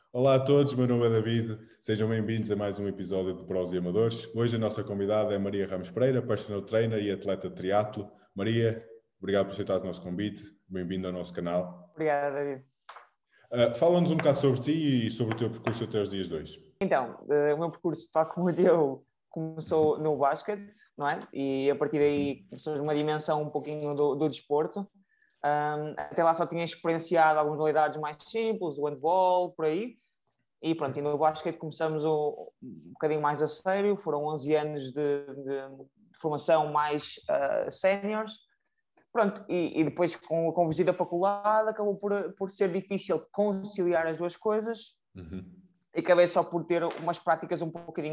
Olá a todos, meu nome é David, sejam bem-vindos a mais um episódio de Pros e Amadores. Hoje a nossa convidada é Maria Ramos Pereira, personal trainer e atleta de triatlo. Maria, obrigado por aceitar o nosso convite, bem-vindo ao nosso canal. Obrigada, David. Fala-nos um bocado sobre ti e sobre o teu percurso até os dias de hoje. Então, o meu percurso, tal como o teu, começou no basquete, não é? E a partir daí começou numa dimensão um pouquinho do desporto. Até lá só tinha experienciado algumas modalidades mais simples, o handball, por aí. E pronto, e no basquete começamos um bocadinho mais a sério. Foram 11 anos de formação mais séniores. Pronto, e depois com o vir da faculdade acabou por ser difícil conciliar as duas coisas. E acabei só por ter umas práticas um bocadinho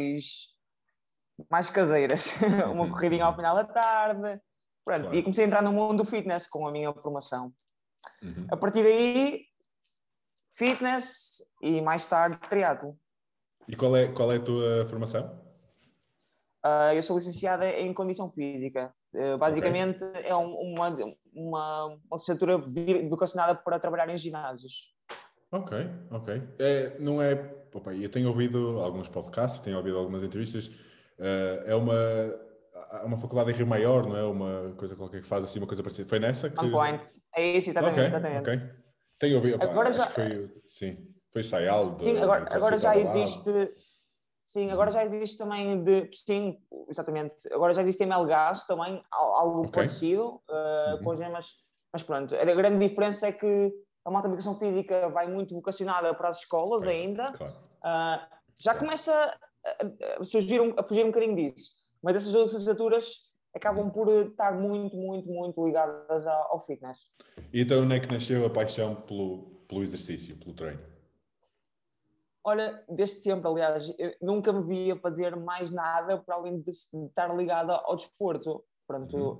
mais caseiras. Uma corridinha ao final da tarde. Pronto, claro. E comecei a entrar no mundo do fitness com a minha formação. A partir daí, fitness e mais tarde triatlo. E qual é a tua formação? Eu sou licenciada em condição física. Basicamente é uma licenciatura vocacionada para trabalhar em ginásios. Ok. Não é... Opa, eu tenho ouvido alguns podcasts, tenho ouvido algumas entrevistas. É uma faculdade em Rio Maior, não é? Uma coisa qualquer que faz assim, uma coisa parecida. Foi nessa que... Point. É isso, exatamente. Ok. Tenho ouvido, opa, agora acho já... que foi... Sim, foi Saial. Sim, agora já existe... Sim, agora já existe também Sim, exatamente. Agora já existe MLGAS também, algo parecido com as mas pronto. A grande diferença é que a malta de educação física vai muito vocacionada para as escolas ainda. Claro. Já começa a fugir um bocadinho disso. Mas essas outras licenciaturas acabam por estar muito ligadas ao fitness. E então onde é que nasceu a paixão pelo exercício, pelo treino? Olha, desde sempre, aliás, eu nunca me via fazer mais nada para além de estar ligada ao desporto. Pronto,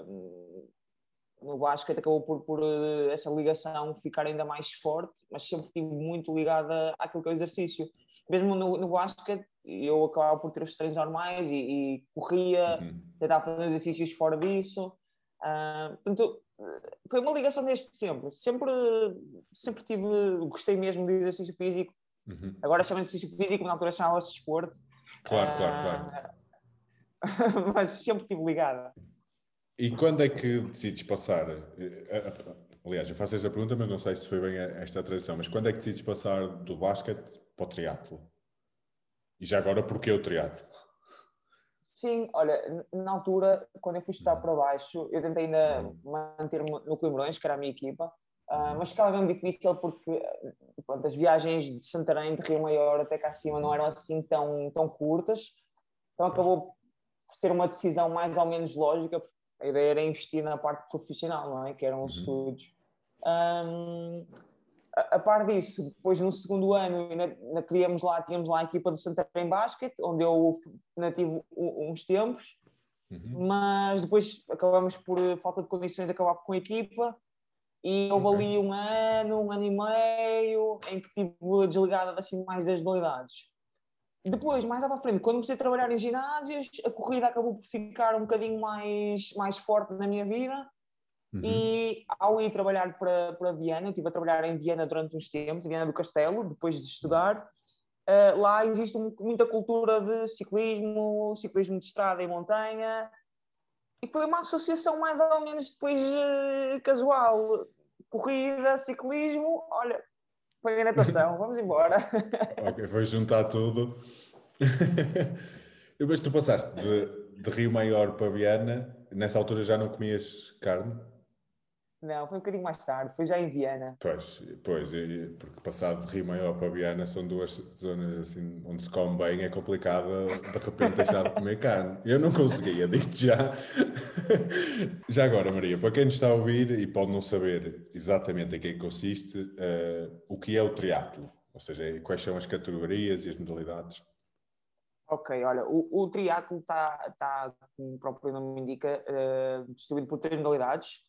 no basquete acabou por essa ligação ficar ainda mais forte, mas sempre estive muito ligada àquilo que é o exercício. Mesmo no basquete, eu acabava por ter os treinos normais e corria, tentava fazer exercícios fora disso. Portanto, foi uma ligação desde sempre. Sempre gostei mesmo de exercício físico. Agora chama-se exercício físico, na altura chamava-se desporto. Claro. Mas sempre estive ligada. E quando é que decides passar? Aliás, eu faço esta pergunta, mas não sei se foi bem esta a transição. Mas quando é que decides passar do basquete para o triatlo? E já agora, porquê o triatlo? Sim, olha, na altura, quando eu fui estudar para baixo, eu tentei ainda manter-me no Coimbrões, que era a minha equipa, mas ficava bem difícil porque pronto, as viagens de Santarém, de Rio Maior até cá acima não eram assim tão curtas, então acabou por ser uma decisão mais ou menos lógica, porque a ideia era investir na parte profissional, não é? Que eram os estudos. A par disso, depois no segundo ano tínhamos lá a equipa do Santarém Basket, onde eu tive uns tempos, mas depois acabamos por falta de condições acabar com a equipa e houve ali um ano e meio em que estive desligada assim, mais das modalidades. Depois, mais à frente, quando comecei a trabalhar em ginásios, a corrida acabou por ficar um bocadinho mais forte na minha vida. E ao ir trabalhar para Viana, eu estive a trabalhar em Viana durante uns tempos, em Viana do Castelo, depois de estudar. Lá existe muita cultura de ciclismo de estrada e montanha, e foi uma associação mais ou menos depois casual. Corrida, ciclismo, olha, foi a natação, vamos embora. Ok, foi juntar tudo. Mas tu passaste de Rio Maior para Viana, nessa altura já não comias carne? Não, foi um bocadinho mais tarde, foi já em Viana. Pois, porque passado de Rio Maior para Viana são duas zonas assim onde se come bem, é complicado de repente deixar de comer carne. Eu não conseguia, digo-te já. Já agora, Maria, para quem nos está a ouvir e pode não saber exatamente em que consiste, o que é o triatlo? Ou seja, quais são as categorias e as modalidades? Ok, olha, o triatlo está, como o próprio nome indica, distribuído por 3 modalidades.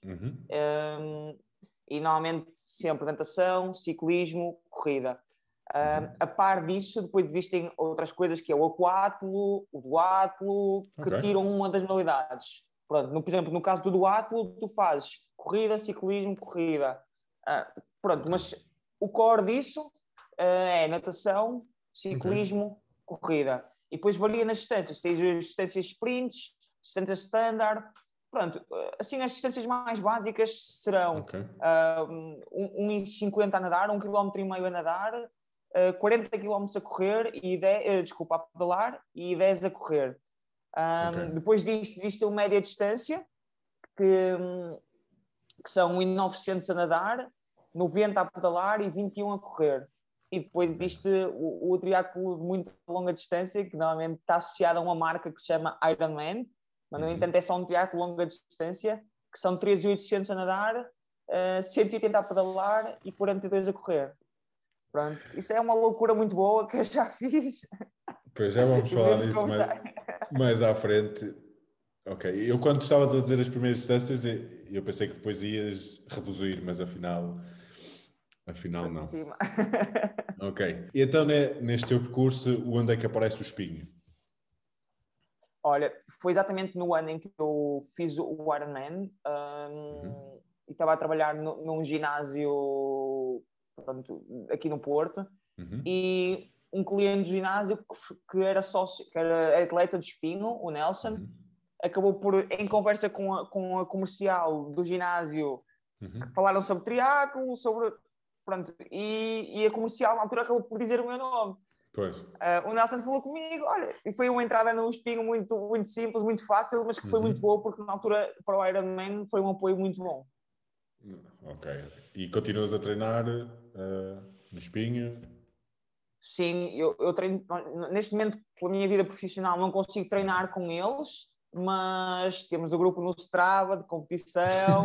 E normalmente sempre natação, ciclismo, corrida. A par disso, depois existem outras coisas que é o aquatlo, o duatlo, que tiram uma das modalidades. Pronto, por exemplo, no caso do duatlo, tu fazes corrida, ciclismo, corrida. Pronto, mas o core disso é natação, ciclismo, corrida. E depois varia nas distâncias. Tens as distâncias sprints, distâncias standard. Pronto, assim as distâncias mais básicas serão 1,50 a nadar, 1,5 km a nadar, 40 km a correr, e 10, a pedalar e 10 a correr. Depois disto, existe uma média distância, que são 1,900 a nadar, 90 a pedalar e 21 a correr. E depois existe o triatlo de muito longa distância, que normalmente está associado a uma marca que se chama Ironman, mas no entanto é só um triatlo de longa distância, que são 3.800 a nadar, 180 a pedalar e 42 a correr. Pronto, isso é uma loucura muito boa que eu já fiz. Pois já vamos falar disso mais à frente. Ok, eu quando estavas a dizer as primeiras distâncias, eu pensei que depois ias reduzir, mas afinal não. Ok, e então neste teu percurso, onde é que aparece o espinho? Olha, foi exatamente no ano em que eu fiz o Ironman, e estava a trabalhar num ginásio, pronto, aqui no Porto, e um cliente do ginásio que era sócio, que era atleta de espinho, o Nelson, acabou por, em conversa com a comercial do ginásio, falaram sobre triatlo, pronto, e a comercial na altura acabou por dizer o meu nome. Pois. O Nelson falou comigo, olha, e foi uma entrada no espinho muito, muito simples, muito fácil, mas que foi muito boa, porque na altura para o Ironman foi um apoio muito bom. Ok. E continuas a treinar no espinho? Sim, eu treino, neste momento, pela minha vida profissional, não consigo treinar com eles, mas temos o grupo no Strava de competição.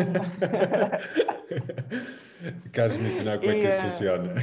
Queres me ensinar como é que isso funciona?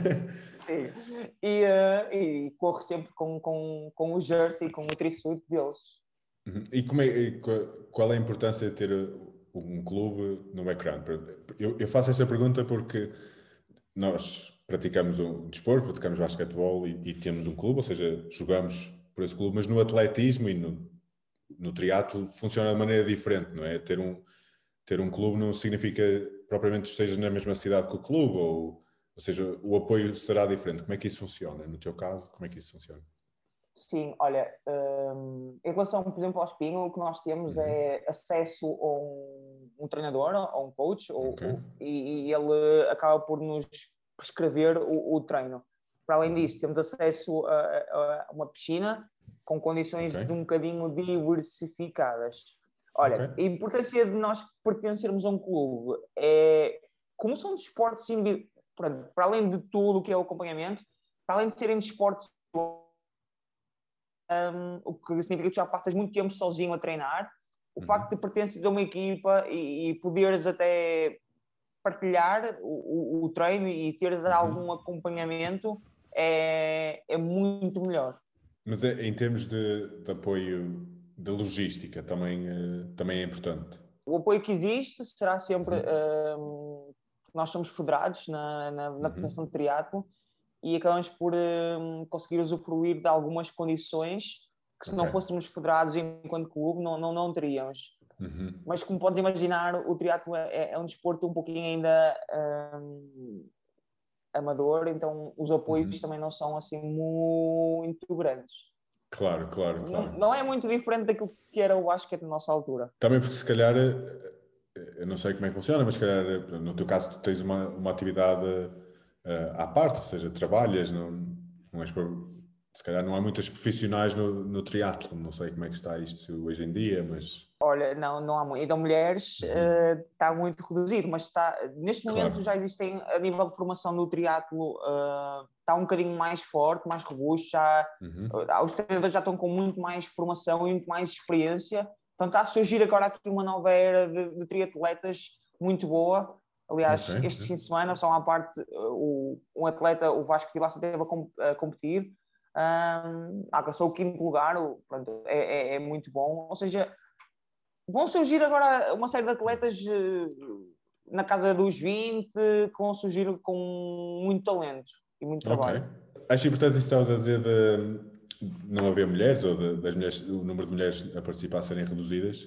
E corro sempre com o jersey, com o trisuit deles. E qual é a importância de ter um clube no background? Eu faço essa pergunta porque nós praticamos um desporto, praticamos basquetebol e temos um clube, ou seja, jogamos por esse clube, mas no atletismo e no triatlo funciona de maneira diferente, não é? Ter um clube não significa propriamente que estejas na mesma cidade que o clube, ou seja, o apoio será diferente. Como é que isso funciona? No teu caso, como é que isso funciona? Sim, olha, em relação, por exemplo, ao espinho, o que nós temos é acesso a um treinador, a um coach, e ele acaba por nos prescrever o treino. Para além disso, temos acesso a uma piscina com condições de um bocadinho diversificadas. Olha, a importância de nós pertencermos a um clube é, como são desportos individuais, para além de tudo o que é o acompanhamento, para além de serem desportos, o que significa que já passas muito tempo sozinho a treinar, o facto de pertenceres a uma equipa e poderes até partilhar o treino e teres algum acompanhamento é muito melhor. Mas em termos de apoio de logística também é importante. O apoio que existe será sempre nós somos federados na Federação de Triatlo e acabamos por conseguir usufruir de algumas condições que se não fôssemos federados enquanto clube não teríamos. Mas como podes imaginar, o triatlo é um desporto um pouquinho ainda amador, então os apoios também não são assim muito grandes. Claro. Não é muito diferente daquilo que era o basquete na nossa altura. Também porque se calhar, eu não sei como é que funciona, mas se calhar no teu caso tu tens uma atividade à parte, ou seja, trabalhas, não és se calhar não há muitas profissionais no triatlo, não sei como é que está isto hoje em dia, mas... Olha, não há muito. Então, mulheres está muito reduzido, mas neste momento já existem, a nível de formação do triatlo, está um bocadinho mais forte, mais robusto, os treinadores já estão com muito mais formação e muito mais experiência, então está a surgir agora aqui uma nova era de triatletas muito boa. Aliás, este fim de semana, só à parte, um atleta, o Vasco Vilaça, esteve a competir, alcançou o 5º lugar, pronto, é muito bom, ou seja, vão surgir agora uma série de atletas na casa dos 20 que vão surgir com muito talento e muito trabalho. Acho importante isso que estavas a dizer de não haver mulheres ou das mulheres, o número de mulheres a participar serem reduzidas.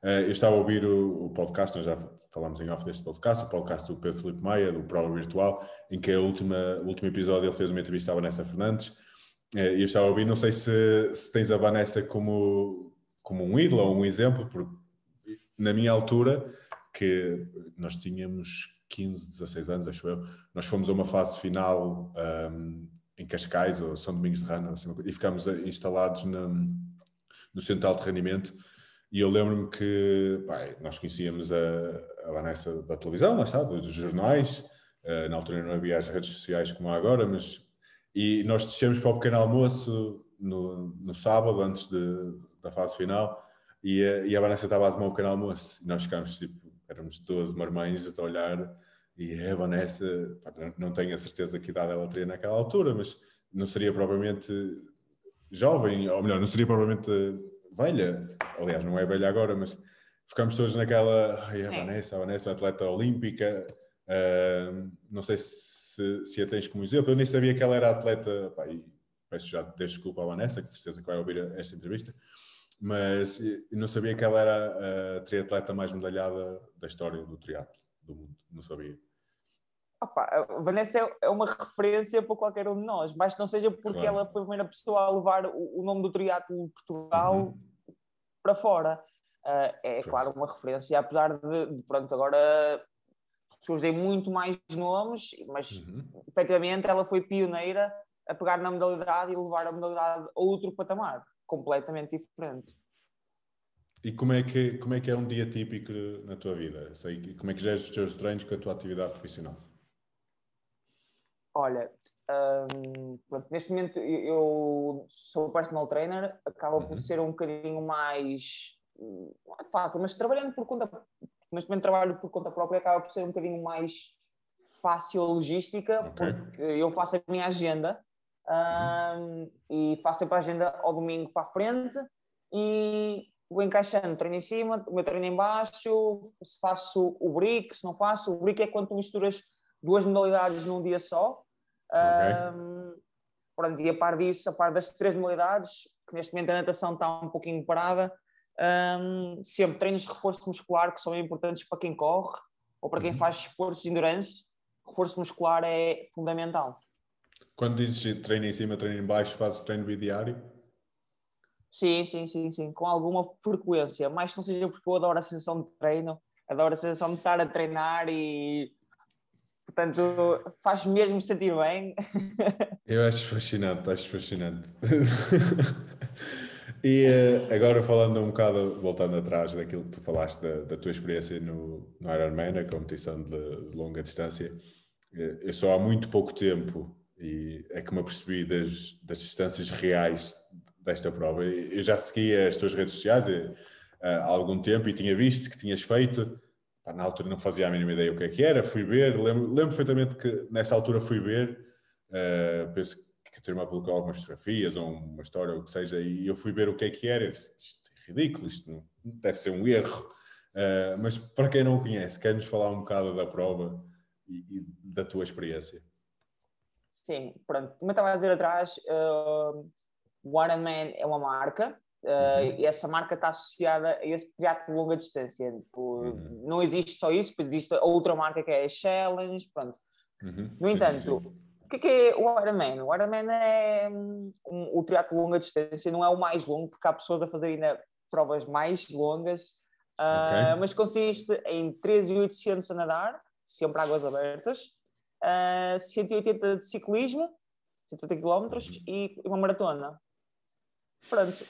Eu estava a ouvir o podcast, nós já falámos em off deste podcast, o podcast do Pedro Filipe Maia, do Prova Virtual, em que o último episódio ele fez uma entrevista à Vanessa Fernandes. E eu estava a ouvir, não sei se tens a Vanessa como um ídolo ou um exemplo, porque na minha altura, que nós tínhamos 15, 16 anos, acho eu, nós fomos a uma fase final em Cascais, ou São Domingos de Rana, assim, e ficámos instalados no central de rendimento. E eu lembro-me que nós conhecíamos a Vanessa da televisão, lá está, dos jornais. Na altura não havia as redes sociais como há agora, e nós descemos para o pequeno almoço no sábado, antes da fase final, e a Vanessa estava a tomar o pequeno almoço. E nós ficámos, éramos 12 marmães a olhar, e a Vanessa, não tenho a certeza que idade ela teria naquela altura, mas não seria propriamente jovem, ou melhor, não seria propriamente velha. Aliás, não é velha agora, mas ficamos todos naquela. A Vanessa, atleta olímpica. Não sei se a tens como exemplo. Eu nem sabia que ela era atleta. E peço já desculpa à Vanessa, que de certeza que vai ouvir esta entrevista. Mas não sabia que ela era a triatleta mais medalhada da história do triatlo do mundo. Não sabia. A Vanessa é uma referência para qualquer um de nós, mas não seja porque ela foi a primeira pessoa a levar o nome do triatlo de Portugal para fora. Claro, uma referência, apesar de pronto, agora surgem muito mais nomes, mas efetivamente ela foi pioneira a pegar na modalidade e levar a modalidade a outro patamar, completamente diferente. E como é que é um dia típico na tua vida? Como é que geres os teus treinos com a tua atividade profissional? Olha, neste momento eu sou personal trainer, acaba por ser um bocadinho mais fácil, mas trabalhando por conta, neste momento trabalho por conta própria, acaba por ser um bocadinho mais fácil a logística, porque eu faço a minha agenda e faço sempre a agenda ao domingo para a frente e vou encaixando treino em cima, o meu treino em baixo, se faço o brick, se não faço. O brick é quando tu misturas duas modalidades num dia só. Pronto, e a par disso, a par das 3 modalidades, que neste momento a natação está um pouquinho parada, sempre treinos de reforço muscular que são importantes para quem corre ou para quem faz esportes de endurance. Reforço muscular é fundamental. Quando dizes treino em cima, treino em baixo, fazes treino bidiário? Sim, com alguma frequência, mas que não seja porque eu adoro a sensação de treino, adoro a sensação de estar a treinar e, portanto, faz mesmo sentir bem. Eu acho fascinante. E agora falando um bocado, voltando atrás daquilo que tu falaste da tua experiência no Ironman, a competição de longa distância, eu só há muito pouco tempo e é que me apercebi das distâncias reais desta prova. Eu já seguia as tuas redes sociais há algum tempo e tinha visto que tinhas feito. Na altura não fazia a mínima ideia o que era, fui ver, lembro perfeitamente que nessa altura fui ver, penso que a tua irmã colocou algumas fotografias ou uma história ou o que seja, e eu fui ver o que era, isto é ridículo, isto não, deve ser um erro, mas para quem não o conhece, queres-nos falar um bocado da prova e da tua experiência? Sim, pronto, como eu estava a dizer atrás, o Ironman é uma marca, e essa marca está associada a esse triatlo de longa distância. Não existe só isso, pois existe outra marca que é a Challenge, pronto. No entanto, o que é o Ironman? O Ironman é o triatlo de longa distância, não é o mais longo, porque há pessoas a fazerem provas mais longas, mas consiste em 3.800 a nadar, sempre águas abertas, 180 de ciclismo, 180 km e uma maratona. Pronto.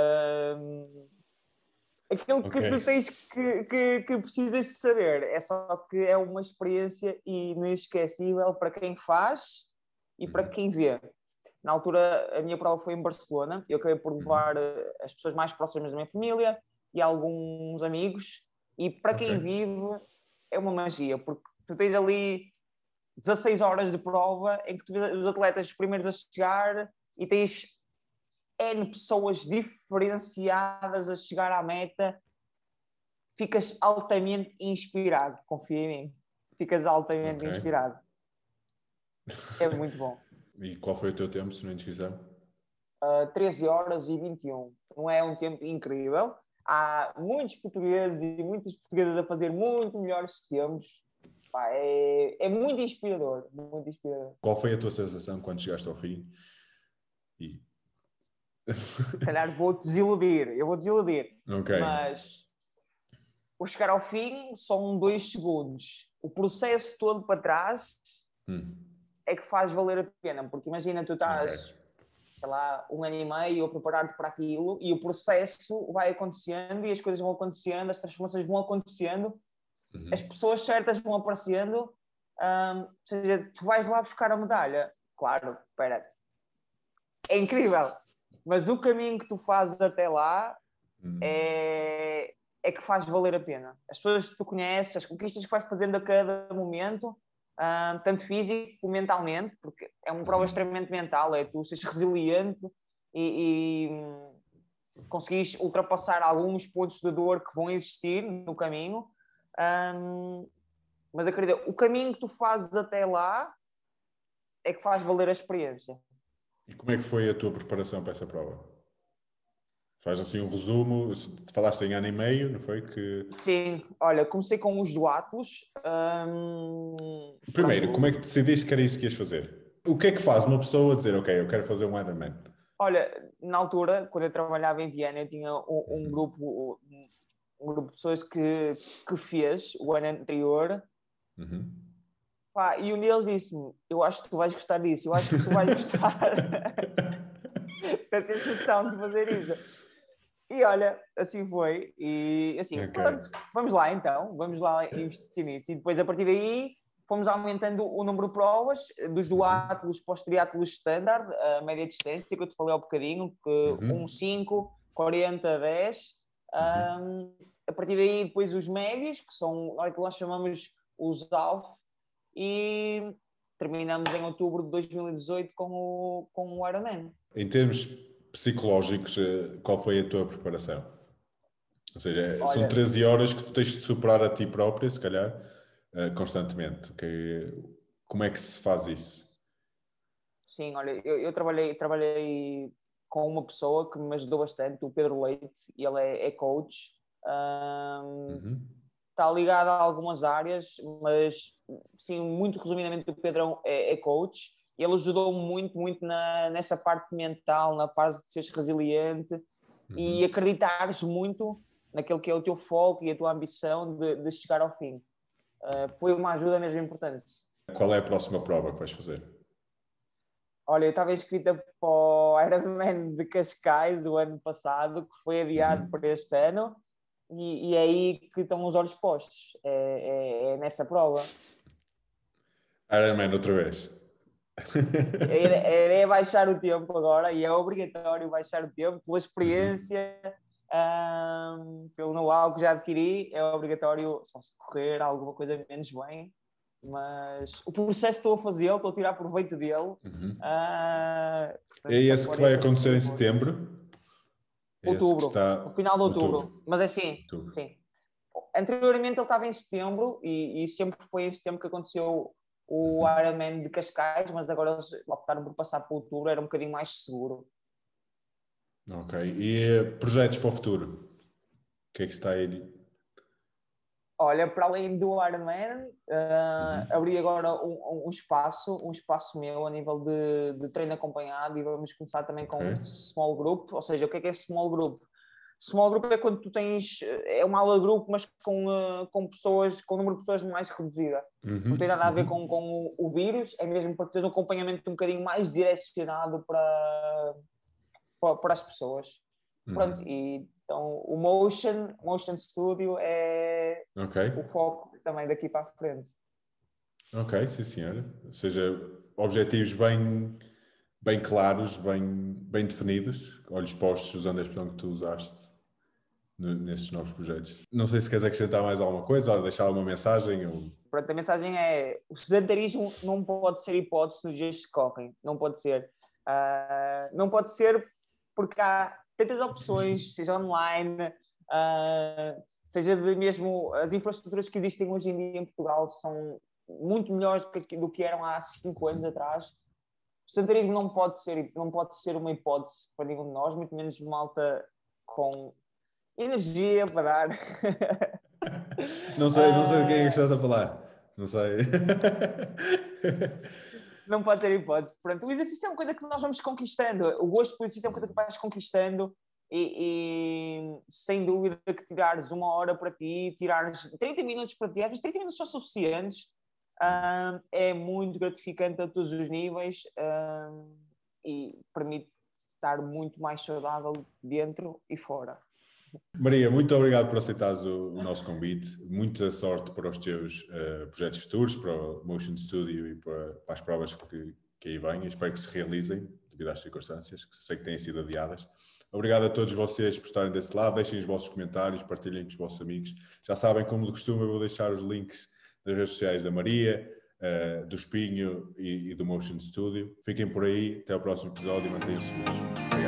Aquilo que tu tens que precisas de saber é só que é uma experiência inesquecível para quem faz e para quem vê. Na altura, a minha prova foi em Barcelona. Eu acabei por levar as pessoas mais próximas da minha família e alguns amigos. E para quem vive, é uma magia, porque tu tens ali 16 horas de prova em que tu vês os atletas primeiros a chegar e tens N pessoas diferenciadas a chegar à meta. Ficas altamente inspirado, confia em mim. Ficas altamente inspirado. É muito bom. E qual foi o teu tempo, se não é indiscrição? 13 horas e 21. Não é um tempo incrível, há muitos portugueses e muitas portuguesas a fazer muito melhores tempos. Pá, é muito inspirador, muito inspirador. Qual foi a tua sensação quando chegaste ao fim? E... Se calhar eu vou desiludir, Ok. mas o chegar ao fim são 2 segundos. O processo todo para trás é que faz valer a pena, porque imagina, tu estás, sei lá, 1 ano e meio a preparar-te para aquilo e o processo vai acontecendo e as coisas vão acontecendo, as transformações vão acontecendo, as pessoas certas vão aparecendo, ou seja, tu vais lá buscar a medalha. Claro, espera, é incrível, mas o caminho que tu fazes até lá é que faz valer a pena. As pessoas que tu conheces, as conquistas que vais fazendo a cada momento, tanto físico como mentalmente, porque é uma prova extremamente mental, é tu seres resiliente e conseguires ultrapassar alguns pontos de dor que vão existir no caminho. Mas acredito, o caminho que tu fazes até lá é que faz valer a experiência. E como é que foi a tua preparação para essa prova? Faz assim um resumo, falaste em ano e meio, não foi? Sim, olha, comecei com os duátulos. Primeiro, como é que decidiste que era isso que ias fazer? O que é que faz uma pessoa dizer, ok, eu quero fazer um Ironman? Olha, na altura, quando eu trabalhava em Viena, eu tinha um grupo de pessoas que fez o ano anterior. Pá, e um deles disse-me, eu acho que tu vais gostar disso, eu acho que tu vais gostar da sensação de fazer isso. E olha, assim foi. E assim, pronto, vamos lá então, vamos lá investir nisso. E depois, a partir daí, fomos aumentando o número de provas, dos duátulos para os triátulos standard, a média distância, que eu te falei há um bocadinho, que 1,5, 40, 10. A partir daí, depois os médios, que são, que nós chamamos os ALF, e terminamos em outubro de 2018 com o Ironman. Em termos psicológicos, qual foi a tua preparação? Ou seja, olha, são 13 horas que tu tens de superar a ti próprio, se calhar, constantemente. Okay? Como é que se faz isso? Sim, olha, eu trabalhei com uma pessoa que me ajudou bastante, o Pedro Leite, e ele é coach. Está ligado a algumas áreas, mas sim, muito resumidamente o Pedro é coach. Ele ajudou-me muito nessa parte mental, na fase de seres resiliente e acreditares muito naquilo que é o teu foco e a tua ambição de chegar ao fim. Foi uma ajuda mesmo importante. Qual é a próxima prova que vais fazer? Olha, eu estava inscrita para o Ironman de Cascais do ano passado, que foi adiado para este ano, e é aí que estão os olhos postos, é nessa prova. Ironman outra vez. É baixar o tempo agora, e é obrigatório baixar o tempo, pela experiência, pelo know-how que já adquiri, é obrigatório, só se correr alguma coisa menos bem, mas o processo estou a fazê-lo, estou a tirar proveito dele. É esse que vai acontecer em setembro? Outubro, no final de outubro. Mas é assim, sim. Anteriormente ele estava em setembro e sempre foi em setembro que aconteceu o Ironman de Cascais, mas agora eles optaram por passar para outubro, era um bocadinho mais seguro. Ok. E projetos para o futuro? O que é que está aí? Olha, para além do Ironman, abri agora um espaço meu a nível de treino acompanhado, e vamos começar também com um small group. Ou seja, o que é small group? Small group é quando tu tens, é uma aula de grupo, mas com pessoas, com um número de pessoas mais reduzida. Não tem nada a ver com o vírus, é mesmo para ter um acompanhamento um bocadinho mais direcionado para as pessoas. Pronto, e então o Motion Studio é o foco também daqui para a frente. Ok, sim senhora. Ou seja, objetivos bem claros, bem definidos, olhos postos, usando a expressão que tu usaste nesses novos projetos. Não sei se queres acrescentar mais alguma coisa ou deixar uma mensagem. Ou... Pronto, a mensagem é: o sedentarismo não pode ser hipótese nos dias que correm, não pode ser. Não pode ser porque há tantas opções, seja online, seja de mesmo as infraestruturas que existem hoje em dia em Portugal são muito melhores do que eram há 5 anos atrás. O sedentarismo não pode ser uma hipótese para nenhum de nós, muito menos malta com Energia para dar. Não sei de quem é que estás a falar. Não sei. Não pode ter hipótese. Pronto, o exercício é uma coisa que nós vamos conquistando. O gosto pelo exercício é uma coisa que vais conquistando e sem dúvida que tirares 1 hora para ti, tirares 30 minutos para ti, às vezes 30 minutos são suficientes, é muito gratificante a todos os níveis e permite estar muito mais saudável dentro e fora. Maria, muito obrigado por aceitares o nosso convite. Muita sorte para os teus projetos futuros, para o Motion Studio e para as provas que aí vêm. Espero que se realizem, devido às circunstâncias, que sei que têm sido adiadas. Obrigado a todos vocês por estarem desse lado. Deixem os vossos comentários, partilhem com os vossos amigos. Já sabem, como de costume, eu vou deixar os links das redes sociais da Maria, do Espinho e do Motion Studio. Fiquem por aí. Até ao próximo episódio e mantenham-se seguros.